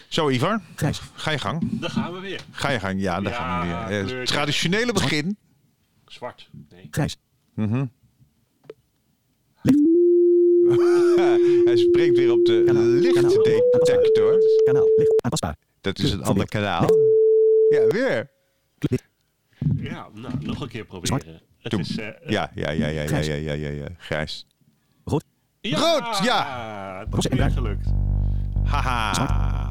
Zo, Ivar, Grijs. ga je gang. Daar gaan we weer. Ga je gang, ja, daar gaan we weer. kleurtje. Traditionele begin. Zwart. Nee. Grijs. Hij springt weer op de lichtdetector. Kanaal. Licht. Aanpasbaar. Dat is een ander kanaal. Ja, weer. Ja, nou, nog een keer proberen. Het Doe. is... Ja. Grijs. Rood. Rood, ja. Het is weer gelukt. Haha.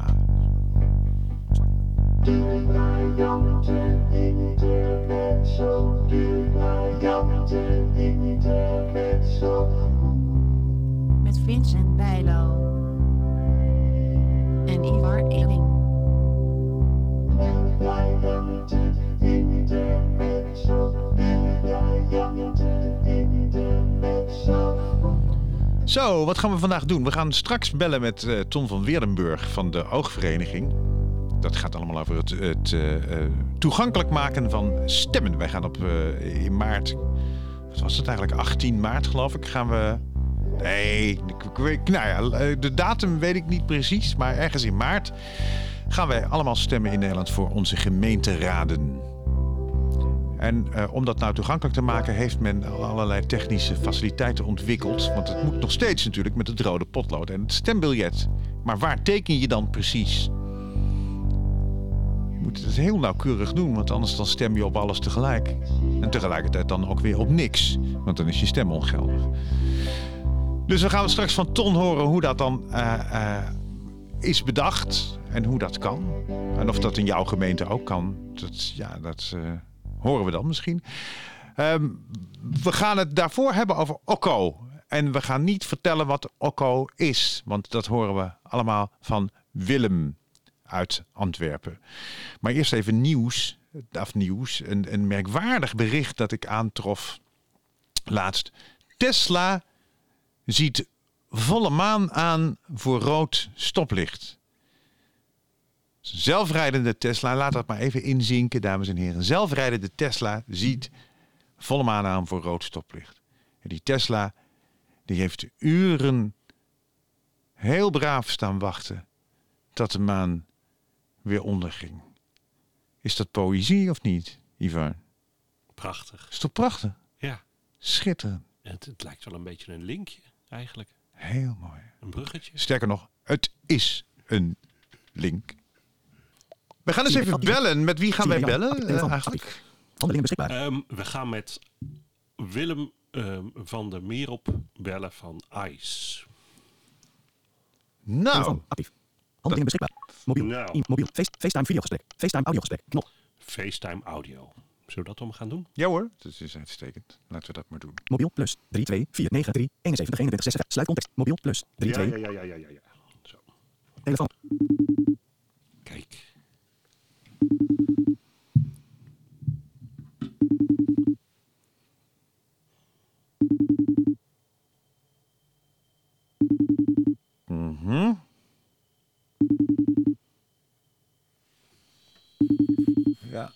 Met Vincent Bijlo en Ivar Eling. Zo, wat gaan we vandaag doen? We gaan straks bellen met Ton van Weerdenburg van de Oogvereniging. Dat gaat allemaal over het toegankelijk maken van stemmen. Wij gaan in maart, wat was het eigenlijk, 18 maart geloof ik, gaan we... Nee, de datum weet ik niet precies, maar ergens in maart gaan wij allemaal stemmen in Nederland voor onze gemeenteraden. En om dat nou toegankelijk te maken heeft men allerlei technische faciliteiten ontwikkeld. Want het moet nog steeds natuurlijk met het rode potlood en het stembiljet. Maar waar teken je dan precies? Je moet het heel nauwkeurig doen, want anders dan stem je op alles tegelijk. En tegelijkertijd dan ook weer op niks, want dan is je stem ongeldig. Dus we gaan straks van Ton horen hoe dat dan is bedacht en hoe dat kan. En of dat in jouw gemeente ook kan, dat horen we dan misschien. We gaan het daarvoor hebben over Okko. En we gaan niet vertellen wat Okko is, want dat horen we allemaal van Willem uit Antwerpen. Maar eerst even nieuws. Een merkwaardig bericht dat ik aantrof laatst. Tesla ziet volle maan aan voor rood stoplicht. Zelfrijdende Tesla, laat dat maar even inzinken, dames en heren. Zelfrijdende Tesla ziet volle maan aan voor rood stoplicht. En die Tesla, die heeft uren heel braaf staan wachten tot de maan weer onderging. Is dat poëzie of niet, Ivar? Prachtig. Is toch prachtig? Ja. Schitterend. Het lijkt wel een beetje een linkje, eigenlijk. Heel mooi. Een bruggetje. Sterker nog, het is een link. We gaan eens even bellen. Met wie gaan wij bellen eigenlijk? Handelingen beschikbaar. We gaan met Willem van der Meerop bellen van ICE. Nou, Telefoon actief. Handelingen beschikbaar. Mobiel. Nou. Mobiel. FaceTime videogesprek. FaceTime audiogesprek. Knop. FaceTime audio. Zullen we dat om gaan doen? ja hoor, dat is uitstekend. Laten we dat maar doen. Mobiel plus 32 493 71 21 66. Sluit context. Mobiel plus 32. Ja. Zo. Telefoon. Kijk. Ja.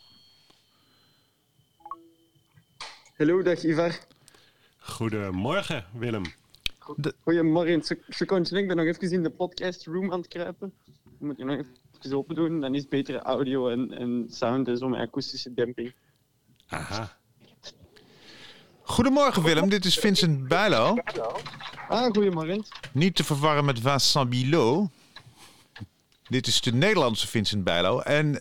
Hallo, dag Ivar. Goedemorgen, Willem. Goedemorgen. Secondje, ik ben nog even in de podcast room aan het kruipen. Dan moet je nog even open doen, dan is betere audio en sound en zo met akoestische demping. Aha. Goedemorgen Willem, dit is Vincent Bijlo. Goedemorgen. Niet te verwarren met Vincent Bilot. Dit is de Nederlandse Vincent Bijlo. En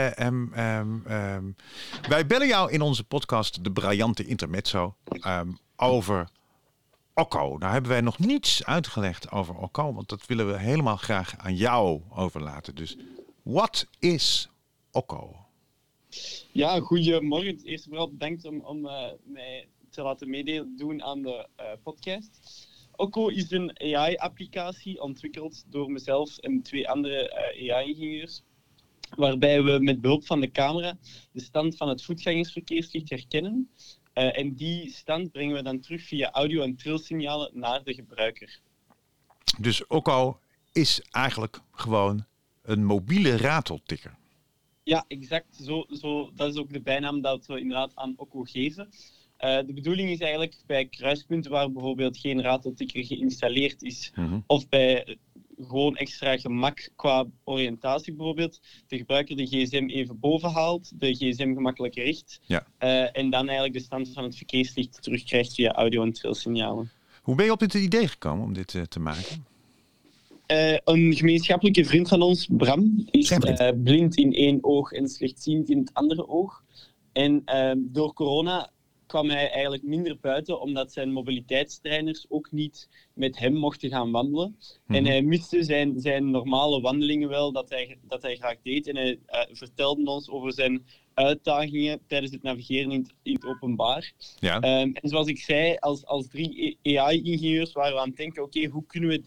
wij bellen jou in onze podcast De Briljante Intermezzo over Okko. Nou hebben wij nog niets uitgelegd over Okko, want dat willen we helemaal graag aan jou overlaten. Dus wat is Okko? Ja, goedemorgen. Eerst en vooral bedankt om mij te laten meedoen aan de podcast. Okko is een AI-applicatie ontwikkeld door mezelf en 2 andere AI-ingenieurs, waarbij we met behulp van de camera de stand van het voetgangersverkeerslicht herkennen. En die stand brengen we dan terug via audio- en trilsignalen naar de gebruiker. Dus Okko is eigenlijk gewoon een mobiele rateltikker. Ja, exact. Dat is ook de bijnaam dat we inderdaad aan Okko geven. De bedoeling is eigenlijk bij kruispunten waar bijvoorbeeld geen rateltikker geïnstalleerd is, of bij gewoon extra gemak qua oriëntatie bijvoorbeeld. De gebruiker de gsm even boven haalt, de gsm gemakkelijk richt. Ja. En dan eigenlijk de stand van het verkeerslicht terugkrijgt via audio- en trilsignalen. Hoe ben je op dit idee gekomen om dit te maken? Een gemeenschappelijke vriend van ons, Bram, is Schermvriend. blind in één oog en slechtziend in het andere oog. En door corona kwam hij eigenlijk minder buiten, omdat zijn mobiliteitstrainers ook niet met hem mochten gaan wandelen. En hij miste zijn normale wandelingen wel, dat hij graag deed. En hij vertelde ons over zijn uitdagingen tijdens het navigeren in het openbaar. Ja. En zoals ik zei, als 3 AI-ingenieurs waren we aan het denken, oké, hoe kunnen we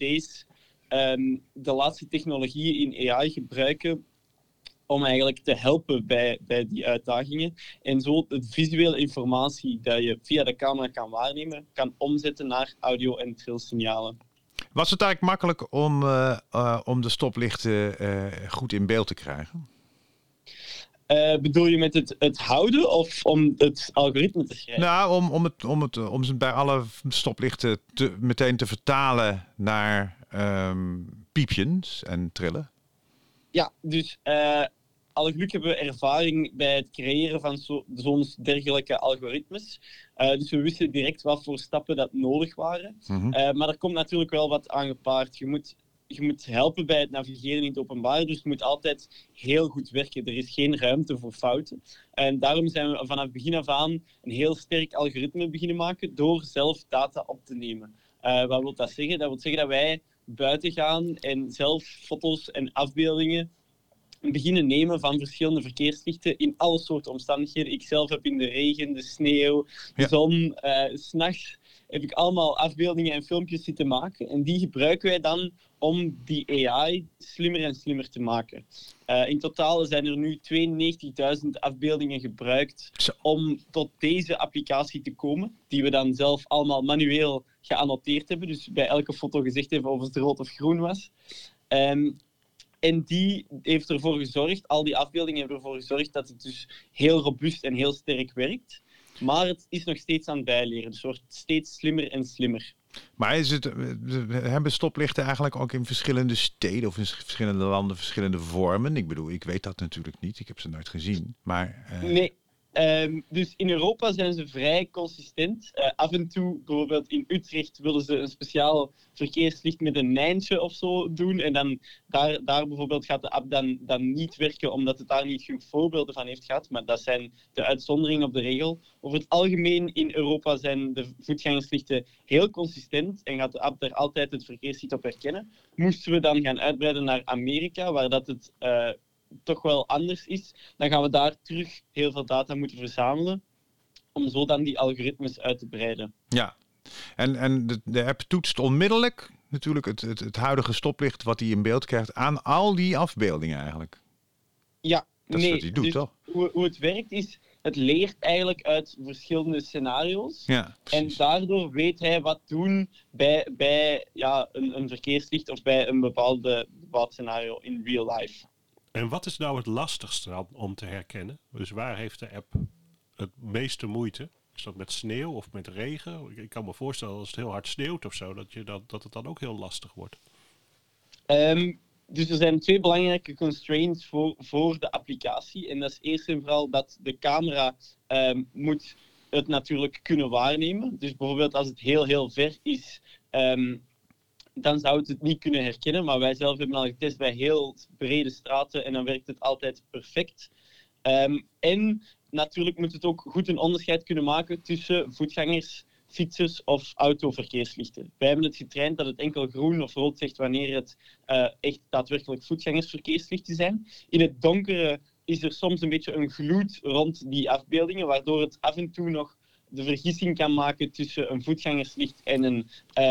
de laatste technologieën in AI gebruiken om eigenlijk te helpen bij die uitdagingen. En zo de visuele informatie dat je via de camera kan waarnemen, kan omzetten naar audio- en trilsignalen. Was het eigenlijk makkelijk om de stoplichten goed in beeld te krijgen? Bedoel je met het houden of om het algoritme te schrijven? Nou, om ze bij alle stoplichten meteen te vertalen naar piepjes en trillen. Ja, dus alle geluk hebben we ervaring bij het creëren van zo'n dergelijke algoritmes. Dus we wisten direct wat voor stappen dat nodig waren. Maar er komt natuurlijk wel wat aan gepaard. Je moet helpen bij het navigeren in het openbaar, dus het moet altijd heel goed werken. Er is geen ruimte voor fouten. En daarom zijn we vanaf begin af aan een heel sterk algoritme beginnen maken door zelf data op te nemen. Wat wil dat zeggen? Dat wil zeggen dat wij buiten gaan en zelf foto's en afbeeldingen beginnen nemen van verschillende verkeerslichten in alle soorten omstandigheden. Ik zelf heb in de regen, de sneeuw, de zon, 's nachts heb ik allemaal afbeeldingen en filmpjes zitten maken. En die gebruiken wij dan om die AI slimmer en slimmer te maken. In totaal zijn er nu 92.000 afbeeldingen gebruikt om tot deze applicatie te komen, die we dan zelf allemaal manueel geannoteerd hebben. Dus bij elke foto gezegd hebben of het rood of groen was. En die heeft ervoor gezorgd, al die afbeeldingen hebben ervoor gezorgd dat het dus heel robuust en heel sterk werkt. Maar het is nog steeds aan het bijleren. Dus het wordt steeds slimmer en slimmer. Maar hebben stoplichten eigenlijk ook in verschillende steden of in verschillende landen verschillende vormen? Ik bedoel, ik weet dat natuurlijk niet. Ik heb ze nooit gezien. Maar, Nee. Dus in Europa zijn ze vrij consistent. Af en toe, bijvoorbeeld in Utrecht, willen ze een speciaal verkeerslicht met een nijntje of zo doen. En dan daar bijvoorbeeld gaat de app dan niet werken, omdat het daar niet genoeg voorbeelden van heeft gehad. Maar dat zijn de uitzonderingen op de regel. Over het algemeen in Europa zijn de voetgangerslichten heel consistent en gaat de app daar altijd het verkeerslicht op herkennen. Moesten we dan gaan uitbreiden naar Amerika, waar dat het toch wel anders is, dan gaan we daar terug heel veel data moeten verzamelen om zo dan die algoritmes uit te breiden. Ja, en de app toetst onmiddellijk natuurlijk het huidige stoplicht wat hij in beeld krijgt aan al die afbeeldingen eigenlijk. Ja, dat is wat hij doet, dus toch? Hoe het werkt is, het leert eigenlijk uit verschillende scenario's. Ja, en daardoor weet hij wat doen bij een verkeerslicht of bij een bepaald scenario in real life. En wat is nou het lastigste om te herkennen? Dus waar heeft de app het meeste moeite? Is dat met sneeuw of met regen? Ik kan me voorstellen als het heel hard sneeuwt of zo, dat het dan ook heel lastig wordt. Dus er zijn 2 belangrijke constraints voor de applicatie. En dat is eerst en vooral dat de camera moet het natuurlijk kunnen waarnemen. Dus bijvoorbeeld als het heel, heel ver is, dan zou het niet kunnen herkennen. Maar wij zelf hebben al getest bij heel brede straten en dan werkt het altijd perfect. En natuurlijk moet het ook goed een onderscheid kunnen maken tussen voetgangers, fietsers of autoverkeerslichten. Wij hebben het getraind dat het enkel groen of rood zegt wanneer het echt daadwerkelijk voetgangersverkeerslichten zijn. In het donkere is er soms een beetje een gloed rond die afbeeldingen, waardoor het af en toe nog de vergissing kan maken tussen een voetgangerslicht en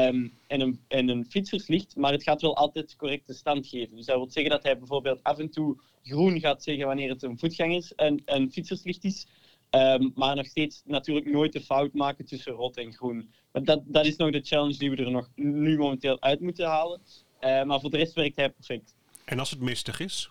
een fietserslicht, maar het gaat wel altijd de correcte stand geven. Dus dat wil zeggen dat hij bijvoorbeeld af en toe groen gaat zeggen wanneer het een fietserslicht is, maar nog steeds natuurlijk nooit de fout maken tussen rood en groen. Maar dat is nog de challenge die we er nog nu momenteel uit moeten halen. Maar voor de rest werkt hij perfect. En als het mistig is?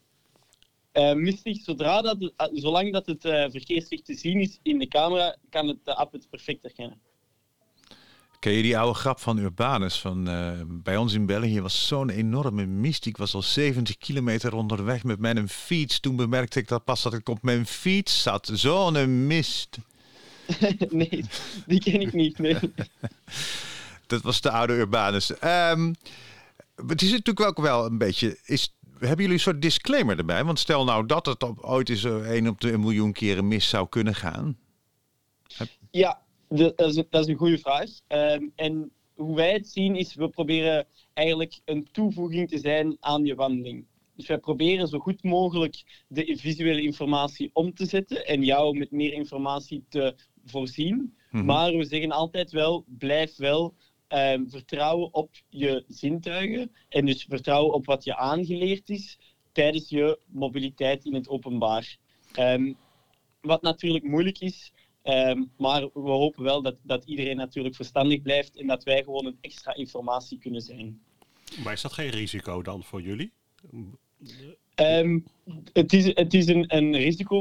Mistig, zolang dat het verkeerslicht te zien is in de camera, kan de app het perfect herkennen. Ken je die oude grap van Urbanus? Bij ons in België was zo'n enorme mist. Ik was al 70 kilometer onderweg met mijn fiets. Toen bemerkte ik dat ik op mijn fiets zat. Zo'n mist. Nee, die ken ik niet. Nee. Dat was de oude Urbanus. Het is natuurlijk ook wel een beetje... Hebben jullie een soort disclaimer erbij? Want stel nou dat het ooit eens 1 op de 1 miljoen keren mis zou kunnen gaan. Ja, dat is een goede vraag. En hoe wij het zien is, we proberen eigenlijk een toevoeging te zijn aan je wandeling. Dus wij proberen zo goed mogelijk de visuele informatie om te zetten en jou met meer informatie te voorzien. Mm-hmm. Maar we zeggen altijd wel, blijf wel vertrouwen op je zintuigen en dus vertrouwen op wat je aangeleerd is tijdens je mobiliteit in het openbaar. Wat natuurlijk moeilijk is, maar we hopen wel dat iedereen natuurlijk verstandig blijft en dat wij gewoon een extra informatie kunnen zijn. Maar is dat geen risico dan voor jullie? Het is een risico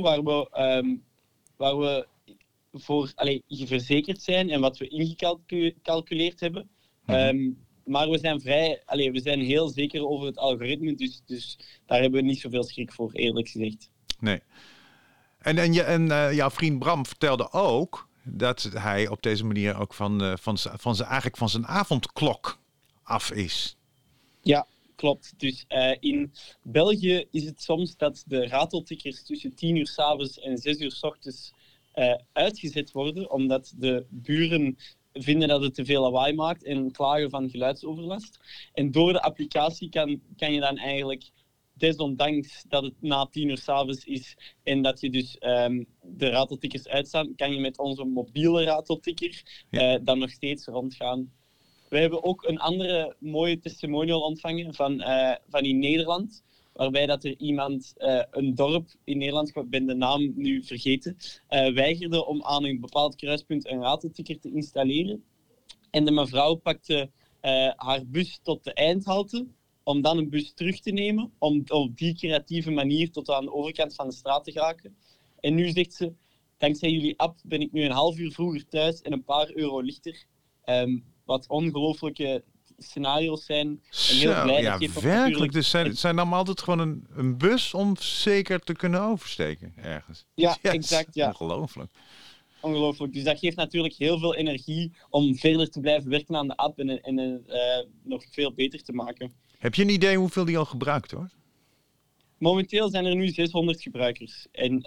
waar we voor verzekerd zijn en wat we ingecalculeerd hebben. Maar we zijn heel zeker over het algoritme, dus daar hebben we niet zoveel schrik voor, eerlijk gezegd. Nee. En jouw vriend Bram vertelde ook dat hij op deze manier ook van zijn avondklok af is. Ja, klopt. Dus in België is het soms dat de rateltikkers tussen 10 uur 's avonds en 6 uur 's ochtends uitgezet worden, omdat de buren vinden dat het te veel lawaai maakt en klagen van geluidsoverlast. En door de applicatie kan je dan eigenlijk, desondanks dat het na 10 uur 's avonds is en dat je dus de rateltikkers uitstaan, kan je met onze mobiele rateltikker dan nog steeds rondgaan. We hebben ook een andere mooie testimonial ontvangen van in Nederland, waarbij dat er iemand, een dorp in Nederland, ik ben de naam nu vergeten, weigerde om aan een bepaald kruispunt een rateltikker te installeren. En de mevrouw pakte haar bus tot de eindhalte, om dan een bus terug te nemen, om op die creatieve manier tot aan de overkant van de straat te geraken. En nu zegt ze, dankzij jullie app ben ik nu een half uur vroeger thuis en een paar euro lichter. Wat ongelooflijke scenario's zijn. En heel blij ja, dat werkelijk. Dus het zijn dan altijd gewoon een bus om zeker te kunnen oversteken ergens. Ja, exact. Ja. Ongelooflijk. Dus dat geeft natuurlijk heel veel energie om verder te blijven werken aan de app en nog veel beter te maken. Heb je een idee hoeveel die al gebruikt wordt? Momenteel zijn er nu 600 gebruikers. En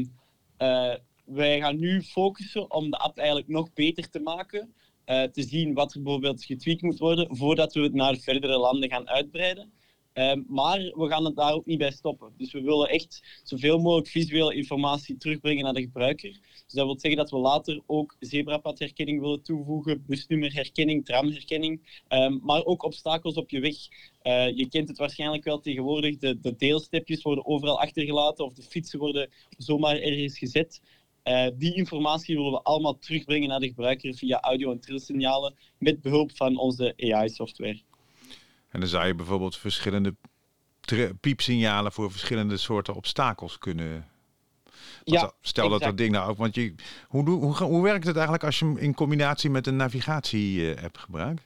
wij gaan nu focussen om de app eigenlijk nog beter te maken. Te zien wat er bijvoorbeeld getweakt moet worden voordat we het naar verdere landen gaan uitbreiden. Maar we gaan het daar ook niet bij stoppen. Dus we willen echt zoveel mogelijk visuele informatie terugbrengen naar de gebruiker. Dus dat wil zeggen dat we later ook zebrapadherkenning willen toevoegen, busnummerherkenning, tramherkenning, maar ook obstakels op je weg. Je kent het waarschijnlijk wel tegenwoordig, de deelstepjes worden overal achtergelaten of de fietsen worden zomaar ergens gezet. Die informatie willen we allemaal terugbrengen naar de gebruiker via audio- en trilsignalen met behulp van onze AI-software. En dan zou je bijvoorbeeld verschillende piepsignalen voor verschillende soorten obstakels kunnen... Ja, stel exact. Dat ding nou ook... Want hoe werkt het eigenlijk als je hem in combinatie met een navigatie-app gebruikt?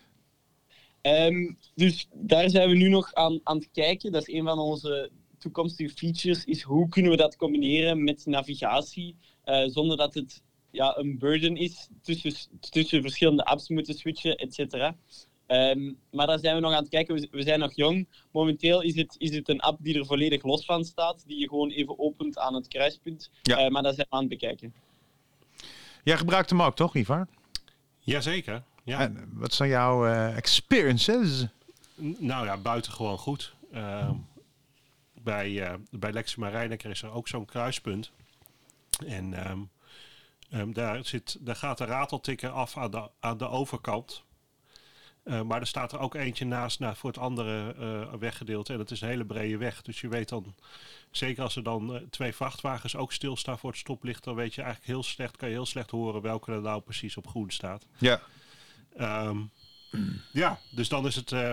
Dus daar zijn we nu nog aan het kijken. Dat is een van onze toekomstige features, is hoe kunnen we dat combineren met navigatie, zonder dat het een burden is tussen verschillende apps moeten switchen, et cetera. Maar daar zijn we nog aan het kijken. We zijn nog jong. Momenteel is het een app die er volledig los van staat, die je gewoon even opent aan het kruispunt. Ja. Maar daar zijn we aan het bekijken. Jij gebruikt hem ook, toch, Ivar? Jazeker. Ja. En wat zijn jouw experiences? Nou ja, buitengewoon goed. Bij Lexima Rijnecker is er ook zo'n kruispunt. En daar gaat de rateltikker af aan de overkant. Maar er staat er ook eentje naast voor het andere weggedeelte. En dat is een hele brede weg. Dus je weet dan, zeker als er dan 2 vrachtwagens ook stilstaan voor het stoplicht, dan weet je eigenlijk kan je heel slecht horen welke er nou precies op groen staat. Ja. Dus dan is het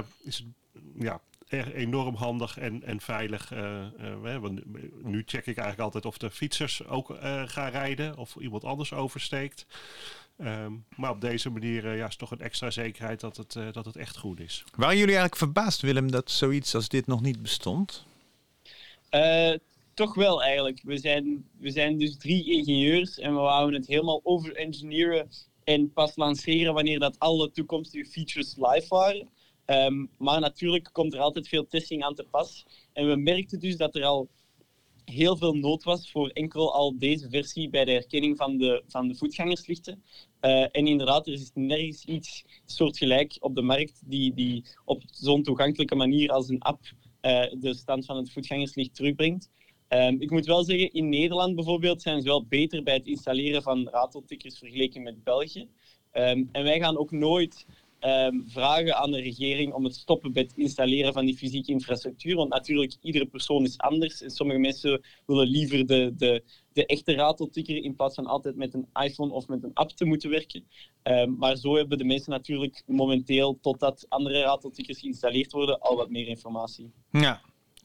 enorm handig en veilig. Want nu check ik eigenlijk altijd of de fietsers ook gaan rijden of iemand anders oversteekt. Maar op deze manier is toch een extra zekerheid dat het echt goed is. Waren jullie eigenlijk verbaasd, Willem, dat zoiets als dit nog niet bestond? Toch wel eigenlijk. We zijn dus 3 ingenieurs en we wouden het helemaal over-engineeren en pas lanceren wanneer dat alle toekomstige features live waren. Maar natuurlijk komt er altijd veel testing aan te pas. En we merkten dus dat er al heel veel nood was voor enkel al deze versie bij de herkenning van de voetgangerslichten. En inderdaad, er is nergens iets soortgelijk op de markt die op zo'n toegankelijke manier als een app de stand van het voetgangerslicht terugbrengt. Ik moet wel zeggen, in Nederland bijvoorbeeld zijn ze wel beter bij het installeren van rateltikkers vergeleken met België. En wij gaan ook nooit vragen aan de regering om het stoppen bij het installeren van die fysieke infrastructuur. Want natuurlijk, iedere persoon is anders. En sommige mensen willen liever de echte rateltikker in plaats van altijd met een iPhone of met een app te moeten werken. Maar zo hebben de mensen natuurlijk momenteel, totdat andere rateltikkers geïnstalleerd worden, al wat meer informatie. Ja.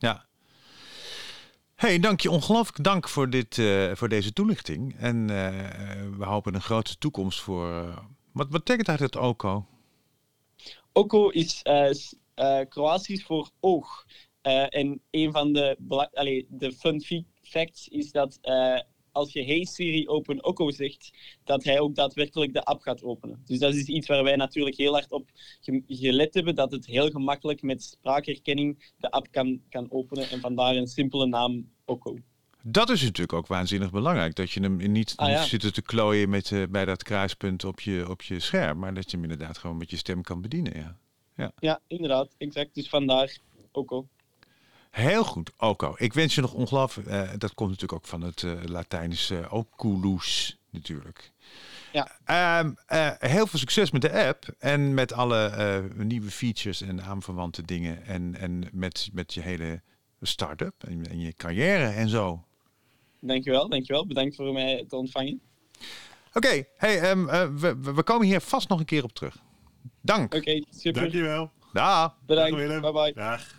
Hey, ongelooflijk dank voor deze toelichting. En we hopen een grote toekomst voor... Wat betekent eigenlijk het OCO? OCO is Kroatisch voor oog. En een van de fun facts is dat als je Hey Siri open OCO zegt, dat hij ook daadwerkelijk de app gaat openen. Dus dat is iets waar wij natuurlijk heel hard op gelet hebben, dat het heel gemakkelijk met spraakherkenning de app kan openen. En vandaar een simpele naam OCO. Dat is natuurlijk ook waanzinnig belangrijk. Dat je hem niet hoeft zitten te klooien bij dat kruispunt op je scherm. Maar dat je hem inderdaad gewoon met je stem kan bedienen. Ja, inderdaad. Exact. Dus vandaar OCO. Heel goed, OCO. Ik wens je nog ongelooflijk... dat komt natuurlijk ook van het Latijnse oculus natuurlijk. Ja. Heel veel succes met de app. En met alle nieuwe features en aanverwante dingen. En met je hele start-up en je carrière en zo. Dankjewel. Bedankt voor mij te ontvangen. Oké, hey, we komen hier vast nog een keer op terug. Dank. Oké, super. Dankjewel. Dag. Bedankt. Willem. Bye. Dag.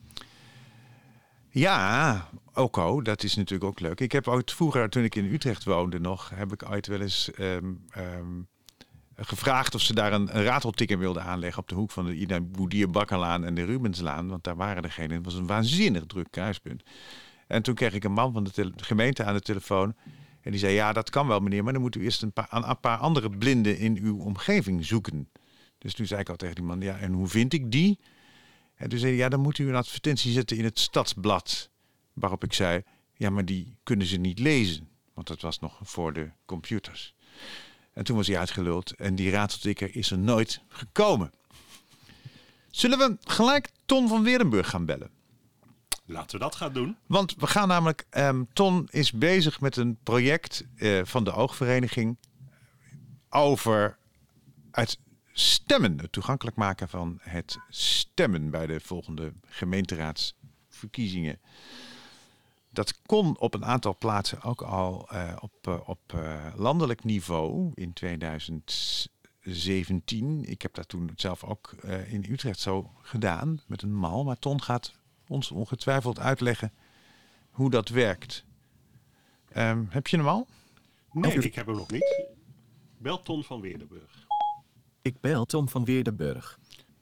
Ja, OCO, dat is natuurlijk ook leuk. Ik heb ooit vroeger, toen ik in Utrecht woonde nog, heb ik ooit wel eens gevraagd of ze daar een rateltikker wilden aanleggen op de hoek van de Ida Boudierbakkernlaan en de Rubenslaan. Want daar waren er geen. Het was een waanzinnig druk kruispunt. En toen kreeg ik een man van de gemeente aan de telefoon. En die zei, ja, dat kan wel meneer, maar dan moet u eerst een paar andere blinden in uw omgeving zoeken. Dus toen zei ik al tegen die man, ja, en hoe vind ik die? En toen zei hij, ja, dan moet u een advertentie zetten in het Stadsblad. Waarop ik zei, ja, maar die kunnen ze niet lezen. Want dat was nog voor de computers. En toen was hij uitgeluld en die rateltikker is er nooit gekomen. Zullen we gelijk Ton van Weerdenburg gaan bellen? Laten we dat gaan doen. Want we gaan namelijk... Ton is bezig met een project van de Oogvereniging over het stemmen. Het toegankelijk maken van het stemmen bij de volgende gemeenteraadsverkiezingen. Dat kon op een aantal plaatsen ook al op landelijk niveau in 2017. Ik heb dat toen zelf ook in Utrecht zo gedaan met een mal. Maar Ton gaat ons ongetwijfeld uitleggen hoe dat werkt. Heb je hem al? Nee, ik heb hem nog niet. Bel Ton van Weerdenburg. Ik bel Tom van Weerdenburg.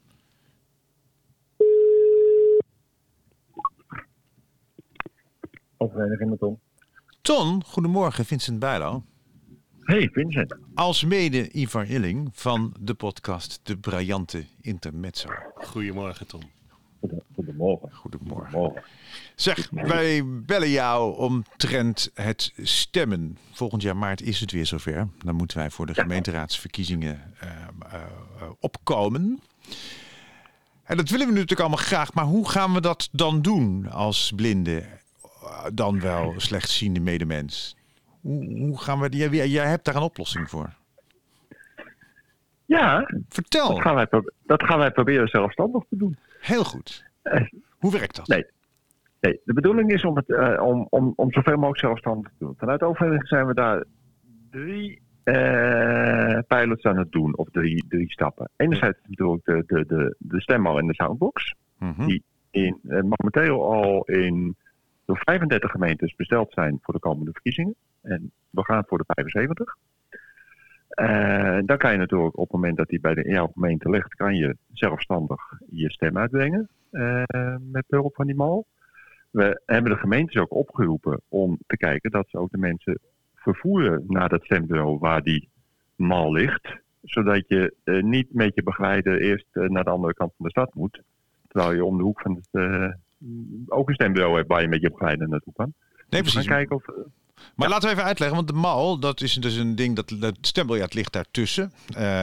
Vereniging met Tom. Ton, goedemorgen, Vincent Bijlo. Hey Vincent. Als mede Ivar Illing van de podcast De Briljante Intermezzo. Goedemorgen, Tom. Goedemorgen. Goedemorgen. Zeg, wij bellen jou omtrent het stemmen. Volgend jaar maart is het weer zover. Dan moeten wij voor de gemeenteraadsverkiezingen opkomen. En dat willen we natuurlijk allemaal graag. Maar hoe gaan we dat dan doen als blinde, dan wel slechtziende medemens? Hoe gaan we... Jij hebt daar een oplossing voor. Ja. Vertel. Dat gaan wij proberen zelfstandig te doen. Heel goed. Hoe werkt dat? Nee, de bedoeling is om zoveel mogelijk zelfstandig te doen. Vanuit de overheid zijn we daar 3 pilots aan het doen, of drie stappen. Enerzijds natuurlijk de stemmal en de soundbox, die momenteel al door 35 gemeentes besteld zijn voor de komende verkiezingen. En we gaan voor de 75. Dan kan je natuurlijk op het moment dat die bij jouw gemeente ligt, kan je zelfstandig je stem uitbrengen met behulp van die mal. We hebben de gemeentes ook opgeroepen om te kijken dat ze ook de mensen vervoeren naar dat stembureau waar die mal ligt. Zodat je niet met je begeleider eerst naar de andere kant van de stad moet. Terwijl je om de hoek van het ook een stembureau hebt waar je met je begeleider naartoe kan. Nee, dus precies. we gaan kijken of... Maar laten we even uitleggen, want de mal, dat is dus een ding, dat stembiljet ligt daartussen.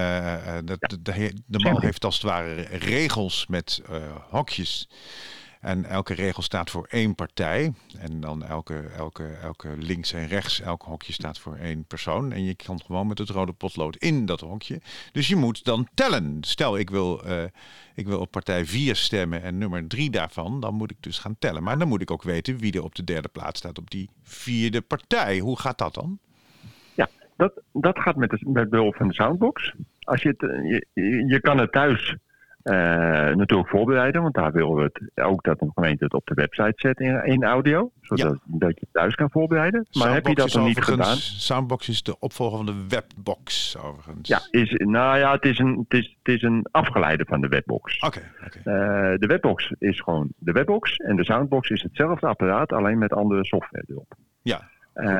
De mal heeft als het ware regels met hokjes. En elke regel staat voor één partij. En dan elke links en rechts, elk hokje staat voor één persoon. En je kan gewoon met het rode potlood in dat hokje. Dus je moet dan tellen. Stel, ik wil op partij 4 stemmen en nummer 3 daarvan. Dan moet ik dus gaan tellen. Maar dan moet ik ook weten wie er op de derde plaats staat op die 4e partij. Hoe gaat dat dan? Ja, dat gaat met behulp van de soundbox. Als je kan het thuis... natuurlijk voorbereiden, want daar willen we het ook dat een gemeente het op de website zet in audio, zodat dat je het thuis kan voorbereiden. Maar Soundbox heb je dat nog niet gedaan? Soundbox is de opvolger van de webbox, overigens. Ja, het is een afgeleide van de webbox. Oké. De webbox is gewoon de webbox en de soundbox is hetzelfde apparaat, alleen met andere software erop. Ja.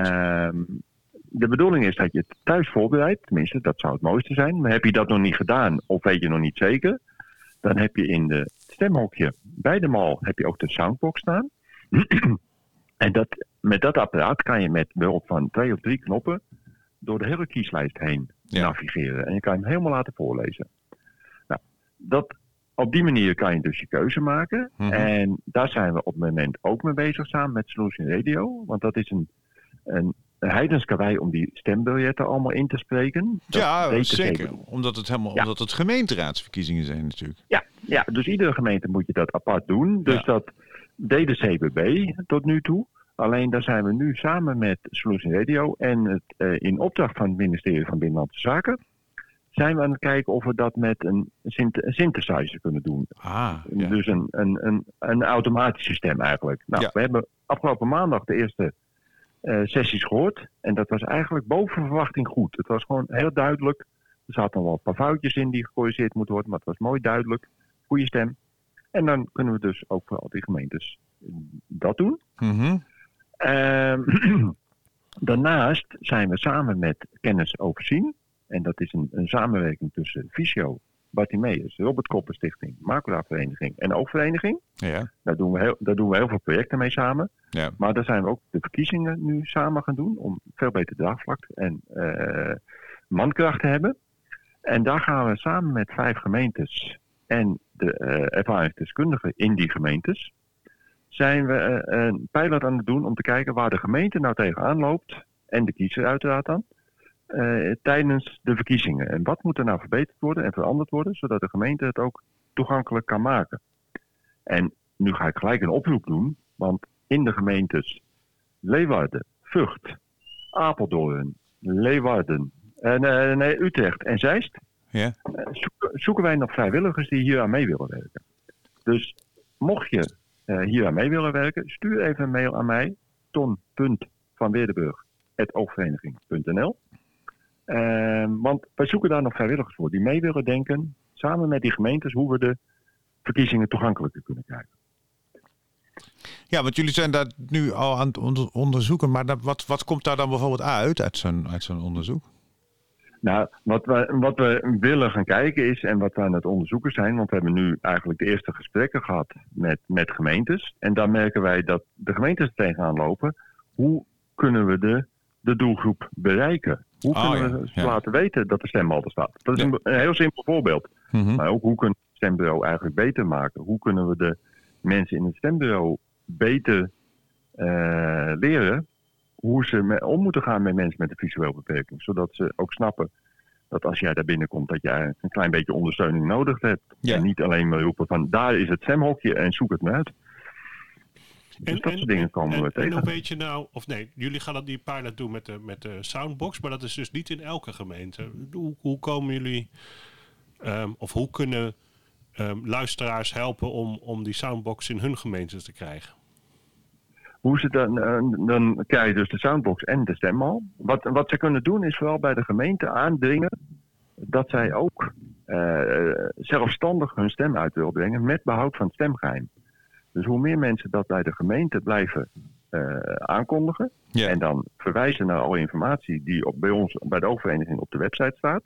De bedoeling is dat je het thuis voorbereidt, tenminste, dat zou het mooiste zijn. Maar heb je dat nog niet gedaan of weet je nog niet zeker, dan heb je in de stemhokje bij de mal heb je ook de soundbox staan. En met dat apparaat kan je met behulp van 2 of 3 knoppen door de hele kieslijst heen navigeren. En je kan hem helemaal laten voorlezen. Nou, op die manier kan je dus je keuze maken. Mm-hmm. En daar zijn we op het moment ook mee bezig samen met Solution Radio. Want dat is een heidens karwei om die stembiljetten allemaal in te spreken. Ja, zeker. Omdat het gemeenteraadsverkiezingen zijn natuurlijk. Ja, dus iedere gemeente moet je dat apart doen. Dus dat deed de CBB tot nu toe. Alleen daar zijn we nu samen met Solution Radio en in opdracht van het ministerie van Binnenlandse Zaken zijn we aan het kijken of we dat met een synthesizer kunnen doen. Dus een automatisch systeem eigenlijk. Nou, we hebben afgelopen maandag de eerste sessies gehoord. En dat was eigenlijk boven verwachting goed. Het was gewoon heel duidelijk. Er zaten wel een paar foutjes in die gecorrigeerd moeten worden. Maar het was mooi duidelijk. Goede stem. En dan kunnen we dus ook voor al die gemeentes dat doen. Mm-hmm. Daarnaast zijn we samen met Kennis Overzien. En dat is een samenwerking tussen Visio, Bartimeus, Robert Koppen Stichting, Macula-vereniging en Oogvereniging. Ja. Daar doen we heel veel projecten mee samen. Ja. Maar daar zijn we ook de verkiezingen nu samen gaan doen om veel beter draagvlak en mankracht te hebben. En daar gaan we samen met 5 gemeentes en de ervaringsdeskundigen in die gemeentes zijn we een pilot aan het doen om te kijken waar de gemeente nou tegenaan loopt en de kiezer uiteraard dan. Tijdens de verkiezingen. En wat moet er nou verbeterd worden en veranderd worden, zodat de gemeente het ook toegankelijk kan maken. En nu ga ik gelijk een oproep doen, want in de gemeentes Leeuwarden, Vught, Apeldoorn, Leeuwarden, Utrecht en Zeist, zoeken wij nog vrijwilligers die hier aan mee willen werken. Dus mocht je hier aan mee willen werken, stuur even een mail aan mij, ton.vanweerdenburg@oogvereniging.nl. Want wij zoeken daar nog vrijwilligers voor die mee willen denken, samen met die gemeentes, hoe we de verkiezingen toegankelijker kunnen krijgen. Ja, want jullie zijn daar nu al aan het onderzoeken, maar wat komt daar dan bijvoorbeeld uit zo'n onderzoek? Nou, wat we willen gaan kijken is, en wat we aan het onderzoeken zijn, want we hebben nu eigenlijk de eerste gesprekken gehad met gemeentes. En daar merken wij dat de gemeentes er tegenaan lopen. Hoe kunnen we de doelgroep bereiken? Hoe kunnen we ze laten weten dat de stembal er staat? Dat is een heel simpel voorbeeld. Mm-hmm. Maar ook hoe kunnen we het stembureau eigenlijk beter maken? Hoe kunnen we de mensen in het stembureau beter leren hoe ze om moeten gaan met mensen met een visuele beperking? Zodat ze ook snappen dat als jij daar binnenkomt, dat je eigenlijk een klein beetje ondersteuning nodig hebt. Ja. En niet alleen maar roepen van daar is het stemhokje en zoek het maar uit. Dus dat soort dingen komen we tegen. En hoe weet je nou, of nee, jullie gaan die pilot doen met de soundbox, maar dat is dus niet in elke gemeente. Hoe komen jullie, of hoe kunnen luisteraars helpen om die soundbox in hun gemeente te krijgen? Dan krijg je dus de soundbox en de stemmal. Wat ze kunnen doen is vooral bij de gemeente aandringen dat zij ook zelfstandig hun stem uit willen brengen met behoud van het stemgeheim. Dus hoe meer mensen dat bij de gemeente blijven aankondigen en dan verwijzen naar alle informatie die bij ons, bij de oververeniging op de website staat,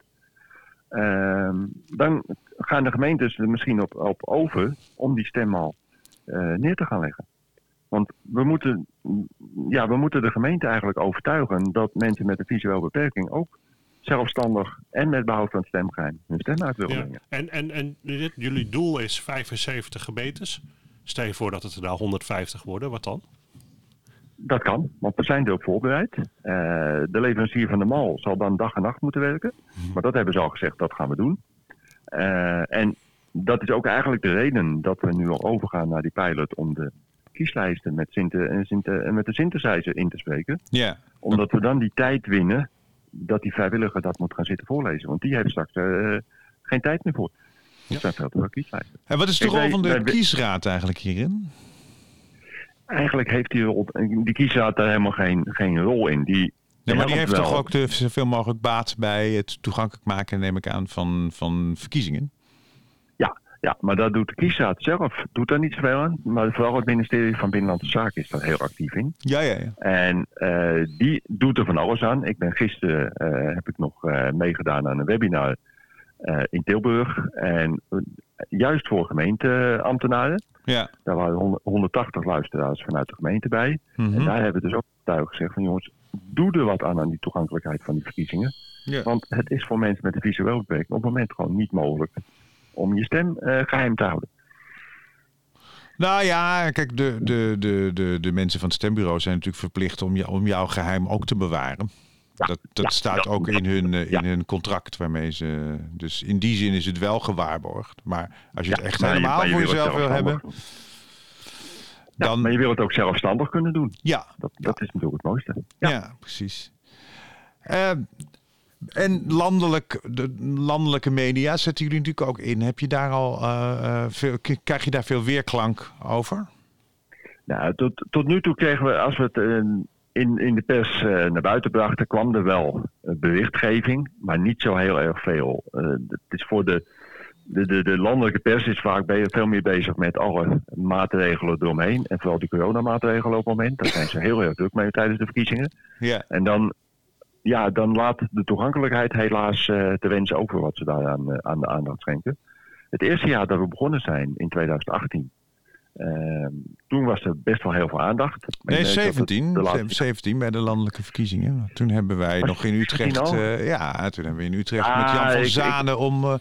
dan gaan de gemeentes er misschien op over om die stemmal neer te gaan leggen. Want we moeten de gemeente eigenlijk overtuigen dat mensen met een visuele beperking ook zelfstandig en met behoud van het stemgeheim hun stem uit willen brengen. En jullie doel is 75 gemeentes. Stel je voor dat het er nou 150 worden, wat dan? Dat kan, want we zijn erop voorbereid. De leverancier van de mal zal dan dag en nacht moeten werken. Maar dat hebben ze al gezegd, dat gaan we doen. En dat is ook eigenlijk de reden dat we nu al overgaan naar die pilot om de kieslijsten met de synthesizer in te spreken. Ja. Omdat we dan die tijd winnen dat die vrijwilliger dat moet gaan zitten voorlezen. Want die heeft straks geen tijd meer voor. Dat zijn veel te veel kieslijsten. En wat is de rol van de kiesraad eigenlijk hierin? Eigenlijk heeft die kiesraad daar helemaal geen rol in. Die heeft toch ook zoveel mogelijk baat bij het toegankelijk maken, neem ik aan, van verkiezingen? Ja, maar dat doet de kiesraad zelf. Doet daar niet zoveel aan. Maar vooral het ministerie van Binnenlandse Zaken is daar heel actief in. Ja. En die doet er van alles aan. Gisteren heb ik nog meegedaan aan een webinar in Tilburg. En juist voor gemeenteambtenaren. Ja. Daar waren 180 luisteraars vanuit de gemeente bij. Mm-hmm. En daar hebben we dus ook tuig gezegd van jongens, doe er wat aan die toegankelijkheid van die verkiezingen. Ja. Want het is voor mensen met een visuele beperking op het moment gewoon niet mogelijk om je stem geheim te houden. Nou ja, kijk, de mensen van het stembureau zijn natuurlijk verplicht om jouw geheim ook te bewaren. Ja, dat staat ook in hun contract waarmee ze... Dus in die zin is het wel gewaarborgd. Maar als je het echt helemaal voor jezelf wil hebben... Maar je wil het ook zelfstandig kunnen doen. Ja. Dat is natuurlijk het mooiste. Ja, precies. En de landelijke media zetten jullie natuurlijk ook in. Heb je daar al krijg je daar veel weerklank over? Nou, tot nu toe kregen we, als we het in de pers naar buiten brachten, kwam er wel berichtgeving, maar niet zo heel erg veel. Het is voor de landelijke pers is vaak veel meer bezig met alle maatregelen eromheen. En vooral die coronamaatregelen op het moment. Daar zijn ze heel erg druk mee tijdens de verkiezingen. Ja. En dan laat de toegankelijkheid helaas te wensen over wat ze daar aan de aandacht schenken. Het eerste jaar dat we begonnen zijn, in 2018, toen was er best wel heel veel aandacht. Nee, 17 bij de landelijke verkiezingen. Toen hebben wij nog in Utrecht... toen hebben we in Utrecht met Jan van Zanen om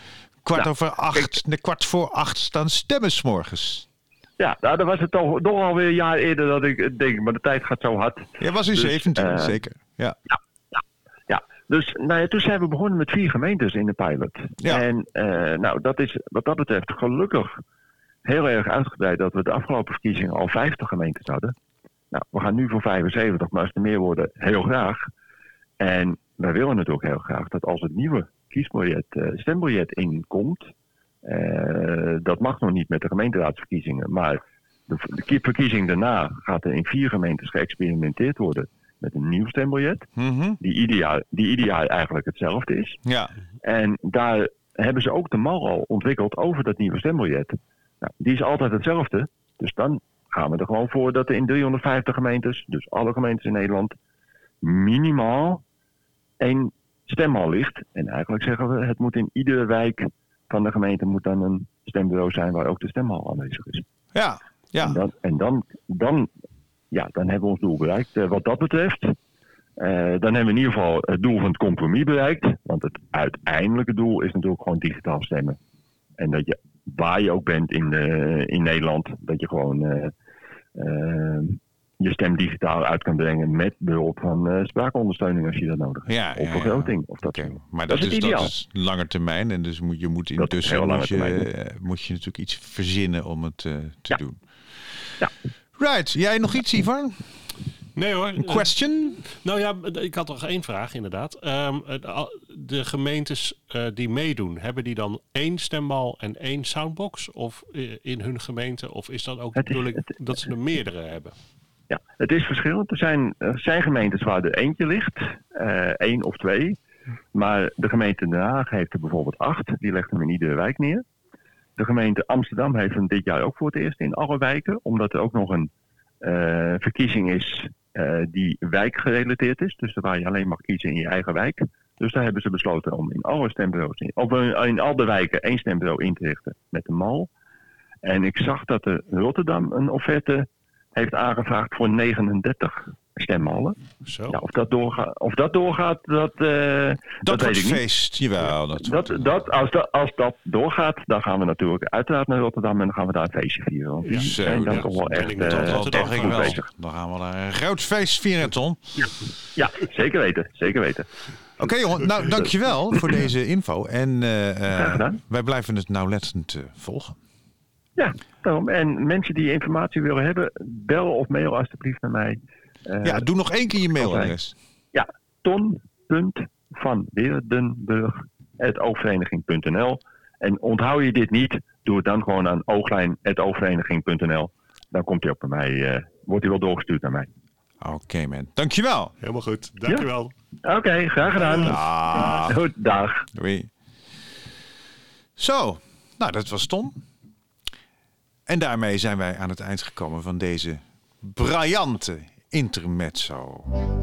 kwart voor acht staan stemmen 's morgens. Ja, nou, dan was het toch alweer een jaar eerder dat ik denk, maar de tijd gaat zo hard. Ja, was in 17, zeker. Ja. Dus toen zijn we begonnen met 4 gemeentes in de pilot. Ja. En dat is wat dat betreft gelukkig heel erg uitgebreid dat we de afgelopen verkiezingen al 50 gemeentes hadden. Nou, we gaan nu voor 75, maar als er meer worden, heel graag. En wij willen natuurlijk heel graag dat als het nieuwe stembiljet inkomt, dat mag nog niet met de gemeenteraadsverkiezingen, maar de verkiezing daarna gaat er in 4 gemeentes geëxperimenteerd worden met een nieuw stembiljet, die ieder jaar eigenlijk hetzelfde is. Ja. En daar hebben ze ook de mal al ontwikkeld over dat nieuwe stembiljet. Nou, die is altijd hetzelfde, dus dan gaan we er gewoon voor dat er in 350 gemeentes, dus alle gemeentes in Nederland, minimaal 1 stemhal ligt. En eigenlijk zeggen we, het moet in iedere wijk van de gemeente moet dan een stembureau zijn waar ook de stemhal aanwezig is. Ja. En dan hebben we ons doel bereikt. Wat dat betreft, dan hebben we in ieder geval het doel van het compromis bereikt. Want het uiteindelijke doel is natuurlijk gewoon digitaal stemmen. En dat je, waar je ook bent in Nederland, dat je gewoon je stem digitaal uit kan brengen met behulp van spraakondersteuning als je dat nodig hebt. Of vergroting. Of dat maar dat is langer termijn. En dus moet je intussen moet je natuurlijk iets verzinnen om het te doen. Ja. Right. Jij nog iets, Ivar? Nee hoor. Een question? Nou ja, ik had nog 1 vraag inderdaad. De gemeentes die meedoen, hebben die dan 1 stembal en 1 soundbox of in hun gemeente? Of is dat ook de bedoeling dat ze er meerdere hebben? Ja, het is verschillend. Er zijn gemeentes waar er eentje ligt, 1 of 2. Maar de gemeente Den Haag heeft er bijvoorbeeld 8. Die legt hem in iedere wijk neer. De gemeente Amsterdam heeft hem dit jaar ook voor het eerst in alle wijken. Omdat er ook nog een verkiezing is die wijkgerelateerd is. Dus waar je alleen mag kiezen in je eigen wijk. Dus daar hebben ze besloten om in alle stembureaus, in al de wijken 1 stembureau in te richten met een mal. En ik zag dat de Rotterdam een offerte heeft aangevraagd voor 39 stemmallen. Zo. Ja, of dat doorgaat, dat weet wordt ik niet. feest, jawel. Als dat doorgaat, dan gaan we natuurlijk uiteraard naar Rotterdam en dan gaan we daar een feestje vieren. Want die Zo, zijn dan ja, toch wel ben echt ik met Rotterdam Dacht ik goed wel. bezig. Dan gaan we daar een groot feest vieren, Ton. Ja, zeker weten. Zeker weten. Oké, jongen. Nou, dankjewel voor deze info. En Graag gedaan. wij blijven het nauwlettend volgen. Ja, daarom. En mensen die informatie willen hebben, bel of mail alstublieft naar mij. Ja, doe nog 1 keer je mailadres. Ja, ton.vanweerdenburg@oogvereniging.nl. En onthoud je dit niet, doe het dan gewoon aan ooglijn@oogvereniging.nl. Dan komt hij ook bij mij, wordt hij wel doorgestuurd naar mij. Oké, man. Dankjewel. Helemaal goed. Dankjewel. Oké, graag gedaan. Dag. Goed, dag. Doei. Zo, nou dat was Tom. En daarmee zijn wij aan het eind gekomen van deze briljante intermezzo.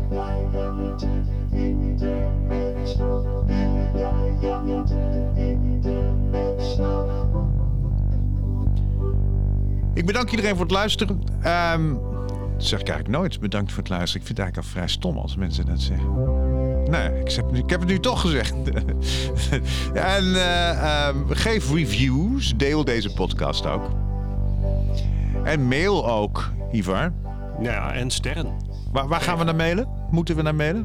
Ik bedank iedereen voor het luisteren. Dat zeg ik eigenlijk nooit. Bedankt voor het luisteren. Ik vind het eigenlijk al vrij stom als mensen dat zeggen. Nee, ik heb het nu toch gezegd. En geef reviews. Deel deze podcast ook. En mail ook, Ivar. Ja, en sterren. Waar gaan we naar mailen? Moeten we naar mailen?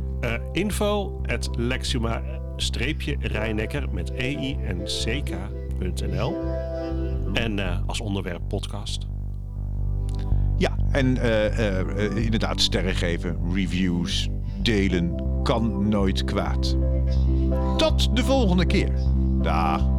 info@lexuma-Rijnecker met EI-N-C-K.nl. En als onderwerp podcast. Ja, en inderdaad sterren geven, reviews, delen kan nooit kwaad. Tot de volgende keer. Dag.